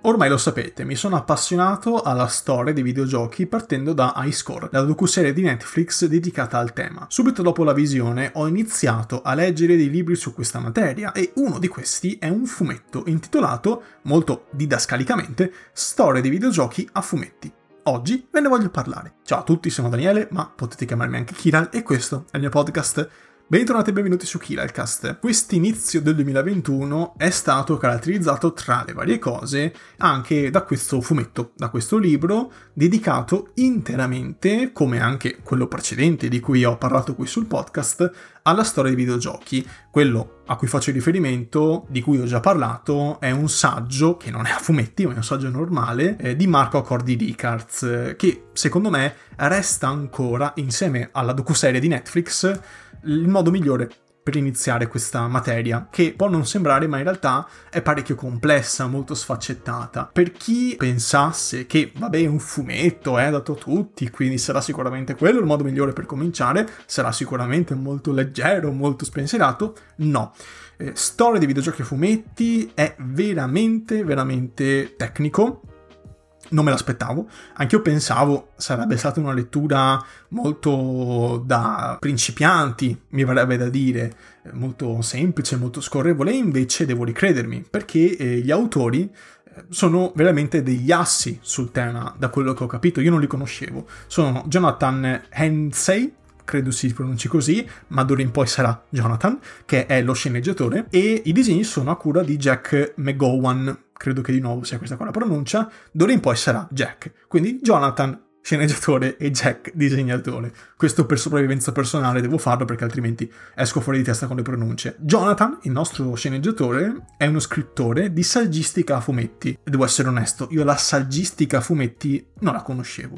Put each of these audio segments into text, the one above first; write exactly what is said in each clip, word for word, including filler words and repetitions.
Ormai lo sapete, mi sono appassionato alla storia dei videogiochi partendo da iScore, la docuserie di Netflix dedicata al tema. Subito dopo la visione ho iniziato a leggere dei libri su questa materia e uno di questi è un fumetto intitolato, molto didascalicamente, Storia dei videogiochi a fumetti. Oggi ve ne voglio parlare. Ciao a tutti, sono Daniele, ma potete chiamarmi anche Kiral e questo è il mio podcast. Bentornati e benvenuti su Kiralcast. Quest'inizio del duemilaventuno è stato caratterizzato, tra le varie cose, anche da questo fumetto, da questo libro, dedicato interamente, come anche quello precedente di cui ho parlato qui sul podcast, alla storia dei videogiochi. Quello a cui faccio riferimento, di cui ho già parlato, è un saggio, che non è a fumetti, ma è un saggio normale, eh, di Marco Accordi Rickards, che secondo me resta ancora, insieme alla docuserie di Netflix, il modo migliore per iniziare questa materia, che può non sembrare, ma in realtà è parecchio complessa, molto sfaccettata. Per chi pensasse che, vabbè, un fumetto è dato a tutti, quindi sarà sicuramente quello il modo migliore per cominciare, sarà sicuramente molto leggero, molto spensierato, no. Eh, storia di videogiochi a fumetti è veramente, veramente tecnico. Non me l'aspettavo, anche io pensavo sarebbe stata una lettura molto da principianti, mi verrebbe da dire, molto semplice, molto scorrevole, e invece devo ricredermi, perché eh, gli autori sono veramente degli assi sul tema, da quello che ho capito. Io non li conoscevo, sono Jonathan Hensey, credo si pronunci così, ma d'ora in poi sarà Jonathan, che è lo sceneggiatore, e i disegni sono a cura di Jack McGowan, credo che di nuovo sia questa qua la pronuncia, d'ora in poi sarà Jack, quindi Jonathan sceneggiatore e Jack disegnatore. Questo per sopravvivenza personale devo farlo, perché altrimenti esco fuori di testa con le pronunce. Jonathan, il nostro sceneggiatore, è uno scrittore di saggistica a fumetti, e devo essere onesto, io la saggistica a fumetti non la conoscevo.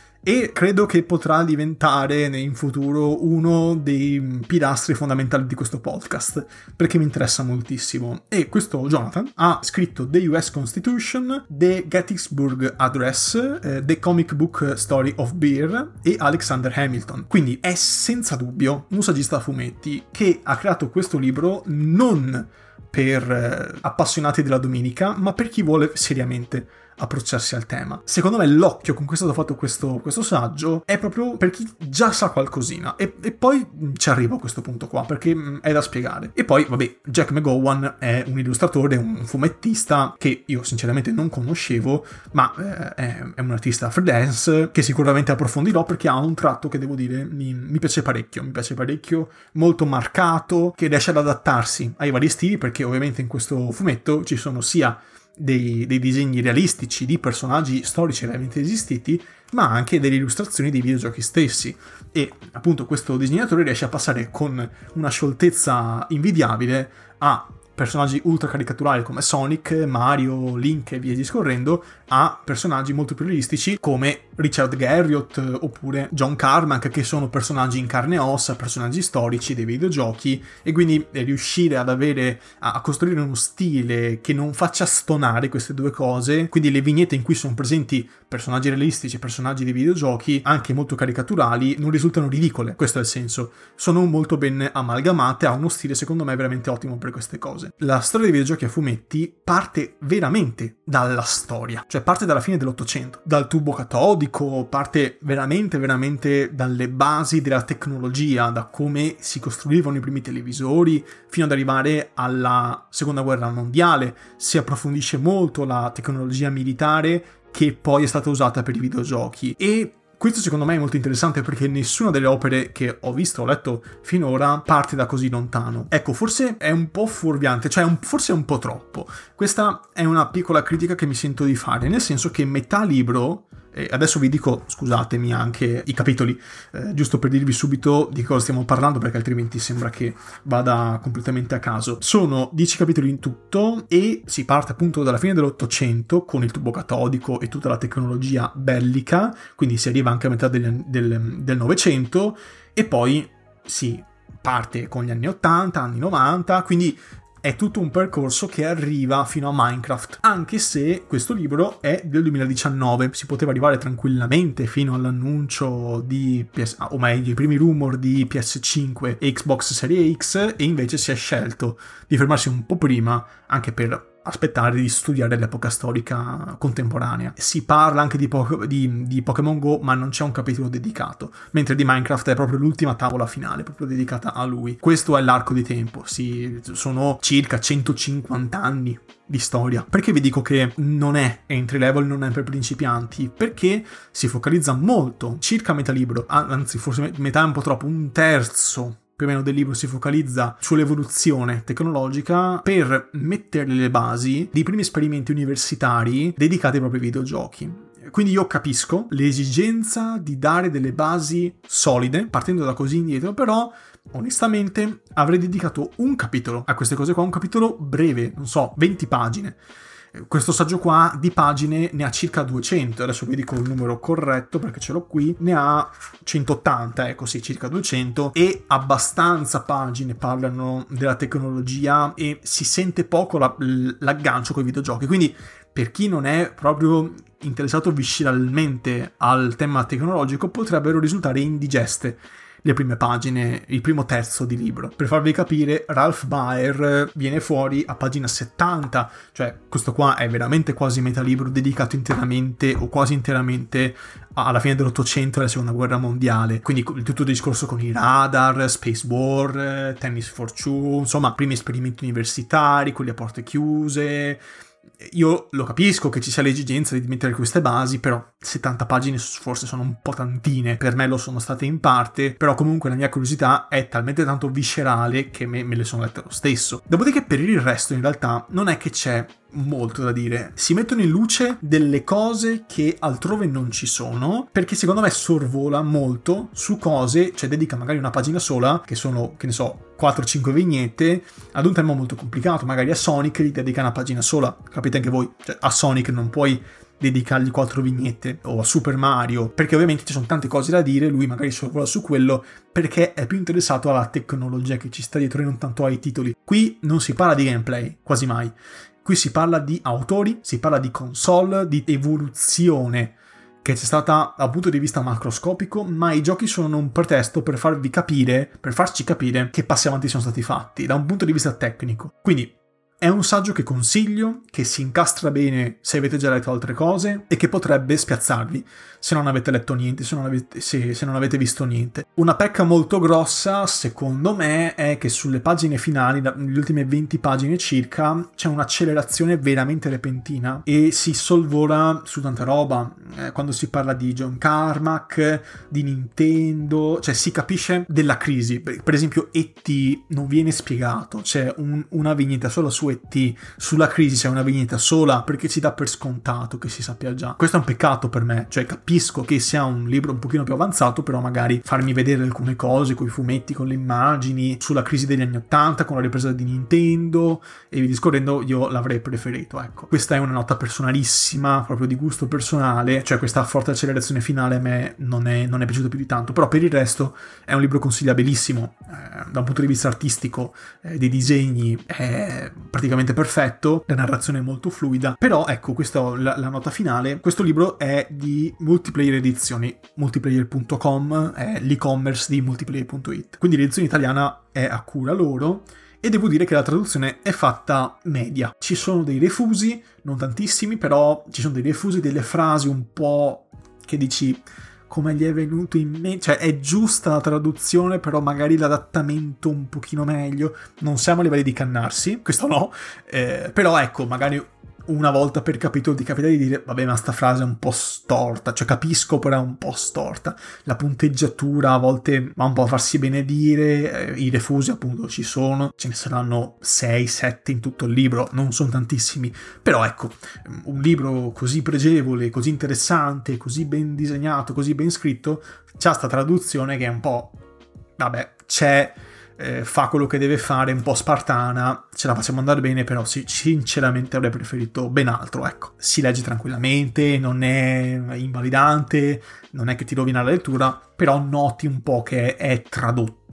E credo che potrà diventare in futuro uno dei pilastri fondamentali di questo podcast, perché mi interessa moltissimo. E questo Jonathan ha scritto The U S Constitution, The Gettysburg Address, eh, The Comic Book Story of Beer e Alexander Hamilton. Quindi è senza dubbio un saggista a fumetti che ha creato questo libro non per eh, appassionati della domenica, ma per chi vuole seriamente approcciarsi al tema. Secondo me l'occhio con cui è stato fatto questo, questo saggio è proprio per chi già sa qualcosina, e, e poi ci arrivo a questo punto qua, perché mh, è da spiegare. E poi, vabbè, Jack McGowan è un illustratore, un fumettista che io sinceramente non conoscevo, ma eh, è, è un artista freelance che sicuramente approfondirò, perché ha un tratto che devo dire mi, mi piace parecchio, mi piace parecchio, molto marcato, che riesce ad adattarsi ai vari stili, perché ovviamente in questo fumetto ci sono sia Dei, dei disegni realistici di personaggi storici realmente esistiti, ma anche delle illustrazioni dei videogiochi stessi, e appunto questo disegnatore riesce a passare con una scioltezza invidiabile a personaggi ultra caricaturali come Sonic, Mario, Link e via discorrendo, a personaggi molto più realistici come Richard Garriott oppure John Carmack, che sono personaggi in carne e ossa, personaggi storici dei videogiochi, e quindi riuscire ad avere a costruire uno stile che non faccia stonare queste due cose, quindi le vignette in cui sono presenti personaggi realistici e personaggi dei videogiochi anche molto caricaturali non risultano ridicole, questo è il senso, sono molto ben amalgamate, ha uno stile secondo me veramente ottimo per queste cose. La storia dei videogiochi a fumetti parte veramente dalla storia, cioè parte dalla fine dell'Ottocento, dal tubo catodico, parte veramente veramente dalle basi della tecnologia, da come si costruivano i primi televisori fino ad arrivare alla seconda guerra mondiale. Si approfondisce molto la tecnologia militare che poi è stata usata per i videogiochi, e questo secondo me è molto interessante, perché nessuna delle opere che ho visto, ho letto finora, parte da così lontano. Ecco, forse è un po' fuorviante, cioè un, forse è un po' troppo. Questa è una piccola critica che mi sento di fare, nel senso che metà libro, e adesso vi dico, scusatemi, anche i capitoli, eh, giusto per dirvi subito di cosa stiamo parlando, perché altrimenti sembra che vada completamente a caso. Sono dieci capitoli in tutto e si parte appunto dalla fine dell'Ottocento con il tubo catodico e tutta la tecnologia bellica, quindi si arriva anche a metà del, del, del Novecento, e poi si parte con gli anni ottanta, anni novanta, quindi è tutto un percorso che arriva fino a Minecraft, anche se questo libro è del duemiladiciannove, si poteva arrivare tranquillamente fino all'annuncio di P S, o meglio i primi rumor di P S cinque e Xbox Series X, e invece si è scelto di fermarsi un po' prima, anche per aspettare di studiare l'epoca storica contemporanea. Si parla anche di, po- di, di Pokémon Go, ma non c'è un capitolo dedicato, mentre di Minecraft è proprio l'ultima tavola finale, proprio dedicata a lui. Questo è l'arco di tempo, sì, sono circa centocinquanta anni di storia. Perché vi dico che non è entry level, non è per principianti? Perché si focalizza molto, circa metà libro, anzi forse metà è un po' troppo, un terzo più o meno del libro si focalizza sull'evoluzione tecnologica per mettere le basi dei primi esperimenti universitari dedicati proprio ai videogiochi. Quindi io capisco l'esigenza di dare delle basi solide, partendo da così indietro, però onestamente avrei dedicato un capitolo a queste cose qua, un capitolo breve, non so, venti pagine. Questo saggio qua di pagine ne ha circa duecento, adesso vi dico il numero corretto perché ce l'ho qui, ne ha centottanta, ecco sì, circa duecento, e abbastanza pagine parlano della tecnologia e si sente poco la, l'aggancio con i videogiochi, quindi per chi non è proprio interessato visceralmente al tema tecnologico potrebbero risultare indigeste le prime pagine, il primo terzo di libro. Per farvi capire, Ralph Baer viene fuori a pagina settanta, cioè questo qua è veramente quasi metà libro dedicato interamente o quasi interamente alla fine dell'Ottocento e alla Seconda Guerra Mondiale. Quindi tutto il discorso con i radar, Space War, Tennis for Two, insomma, primi esperimenti universitari, quelli a porte chiuse. Io lo capisco che ci sia l'esigenza di mettere queste basi, però settanta pagine forse sono un po' tantine, per me lo sono state in parte, però comunque la mia curiosità è talmente tanto viscerale che me, me le sono lette lo stesso. Dopodiché per il resto in realtà non è che c'è molto da dire, si mettono in luce delle cose che altrove non ci sono, perché secondo me sorvola molto su cose, cioè dedica magari una pagina sola, che sono, che ne so, quattro cinque vignette, ad un tema molto complicato. Magari a Sonic gli dedica una pagina sola, capite anche voi, cioè a Sonic non puoi dedicargli quattro vignette, o a Super Mario, perché ovviamente ci sono tante cose da dire, lui magari sorvola su quello perché è più interessato alla tecnologia che ci sta dietro e non tanto ai titoli. Qui non si parla di gameplay, quasi mai. Qui si parla di autori, si parla di console, di evoluzione che c'è stata dal punto di vista macroscopico, ma i giochi sono un pretesto per farvi capire, per farci capire che passi avanti sono stati fatti da un punto di vista tecnico. Quindi è un saggio che consiglio, che si incastra bene se avete già letto altre cose e che potrebbe spiazzarvi se non avete letto niente, se non avete, se, se non avete visto niente. Una pecca molto grossa, secondo me, è che sulle pagine finali, nelle ultime venti pagine circa, c'è un'accelerazione veramente repentina e si sorvola su tanta roba. Eh, quando si parla di John Carmack, di Nintendo, cioè si capisce della crisi. Per esempio E T non viene spiegato, c'è un, una vignetta sola su E T, sulla crisi c'è una vignetta sola perché ci dà per scontato che si sappia già. Questo è un peccato per me, cioè capisco che sia un libro un pochino più avanzato, però magari farmi vedere alcune cose con i fumetti, con le immagini, sulla crisi degli anni ottanta, con la ripresa di Nintendo e via discorrendo, io l'avrei preferito, ecco. Questa è una nota personalissima, proprio di gusto personale, cioè questa forte accelerazione finale a me non è, non è piaciuta più di tanto, però per il resto è un libro consigliabilissimo, eh, da un punto di vista artistico, eh, dei disegni è praticamente perfetto, la narrazione è molto fluida, però ecco, questa è la, la nota finale. Questo libro è di Multiplayer Edizioni, multiplayer punto com è l'e-commerce di multiplayer punto it, quindi l'edizione italiana è a cura loro e devo dire che la traduzione è fatta media. Ci sono dei refusi, non tantissimi, però ci sono dei refusi, delle frasi un po' che dici come gli è venuto in mente, cioè è giusta la traduzione, però magari l'adattamento un pochino meglio. Non siamo a livelli di Cannarsi, questo no, eh, però ecco, magari una volta per capitolo ti capita di dire vabbè, ma sta frase è un po' storta, cioè capisco però è un po' storta, la punteggiatura a volte va un po' a farsi benedire, eh, i refusi appunto ci sono, ce ne saranno sei sette in tutto il libro, non sono tantissimi, però ecco, un libro così pregevole, così interessante, così ben disegnato, così ben scritto, c'ha sta traduzione che è un po', vabbè, c'è, Eh, fa quello che deve fare, un po' spartana, ce la facciamo andare bene, però sì, sinceramente avrei preferito ben altro, ecco. Si legge tranquillamente, non è invalidante, non è che ti rovina la lettura, però noti un po' che è tradotto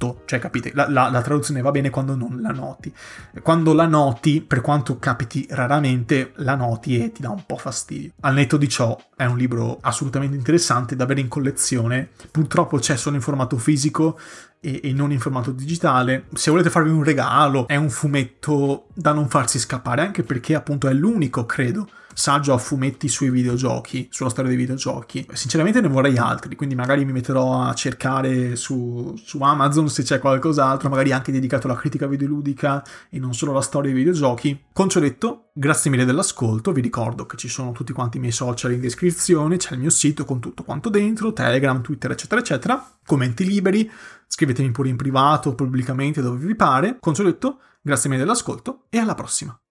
noto, cioè capite, la, la, la traduzione va bene quando non la noti. Quando la noti, per quanto capiti raramente, la noti e ti dà un po' fastidio. Al netto di ciò, è un libro assolutamente interessante da avere in collezione. Purtroppo c'è solo in formato fisico e, e non in formato digitale. Se volete farvi un regalo, è un fumetto da non farsi scappare, anche perché appunto è l'unico, credo, saggio a fumetti sui videogiochi, sulla storia dei videogiochi. Sinceramente ne vorrei altri, quindi magari mi metterò a cercare su, su Amazon se c'è qualcos'altro, magari anche dedicato alla critica videoludica e non solo alla storia dei videogiochi. Con ciò detto, grazie mille dell'ascolto, vi ricordo che ci sono tutti quanti i miei social in descrizione, c'è il mio sito con tutto quanto dentro, Telegram, Twitter, eccetera, eccetera, commenti liberi, scrivetemi pure in privato, pubblicamente, dove vi pare. Con ciò detto, grazie mille dell'ascolto e alla prossima!